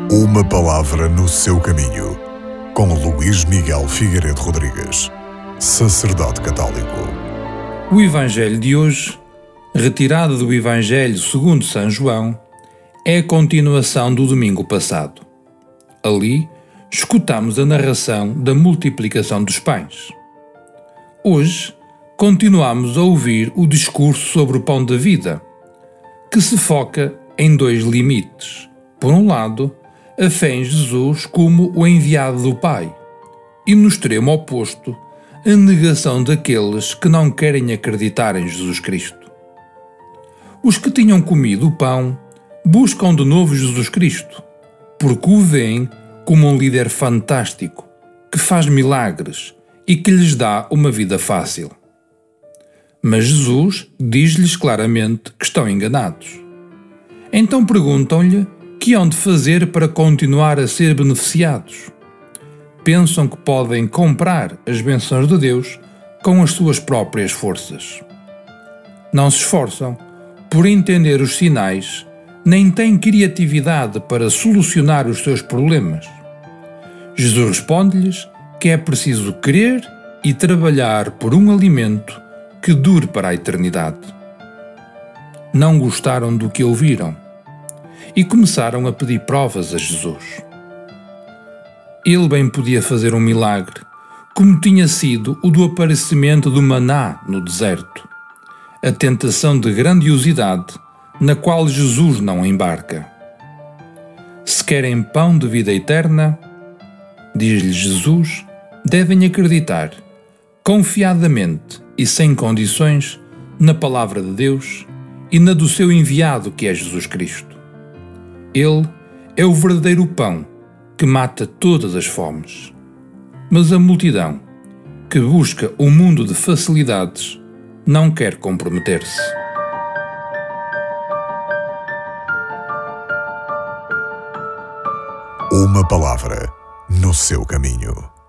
Uma palavra no seu caminho, com Luís Miguel Figueiredo Rodrigues, sacerdote católico. O Evangelho de hoje, retirado do Evangelho segundo São João, é a continuação do domingo passado. Ali, escutamos a narração da multiplicação dos pães. Hoje, continuamos a ouvir o discurso sobre o pão da vida, que se foca em dois limites. Por um lado, a fé em Jesus como o enviado do Pai, e no extremo oposto, a negação daqueles que não querem acreditar em Jesus Cristo. Os que tinham comido o pão buscam de novo Jesus Cristo, porque o veem como um líder fantástico, que faz milagres e que lhes dá uma vida fácil. Mas Jesus diz-lhes claramente que estão enganados. Então perguntam-lhe que hão de fazer para continuar a ser beneficiados. Pensam que podem comprar as bênçãos de Deus com as suas próprias forças. Não se esforçam por entender os sinais, nem têm criatividade para solucionar os seus problemas. Jesus responde-lhes que é preciso crer e trabalhar por um alimento que dure para a eternidade. Não gostaram do que ouviram e começaram a pedir provas a Jesus. Ele bem podia fazer um milagre, como tinha sido o do aparecimento do maná no deserto, a tentação de grandiosidade na qual Jesus não embarca. Se querem pão de vida eterna, diz-lhes Jesus, devem acreditar, confiadamente e sem condições, na palavra de Deus e na do seu enviado, que é Jesus Cristo. Ele é o verdadeiro pão que mata todas as fomes. Mas a multidão, que busca um mundo de facilidades, não quer comprometer-se. Uma palavra no seu caminho.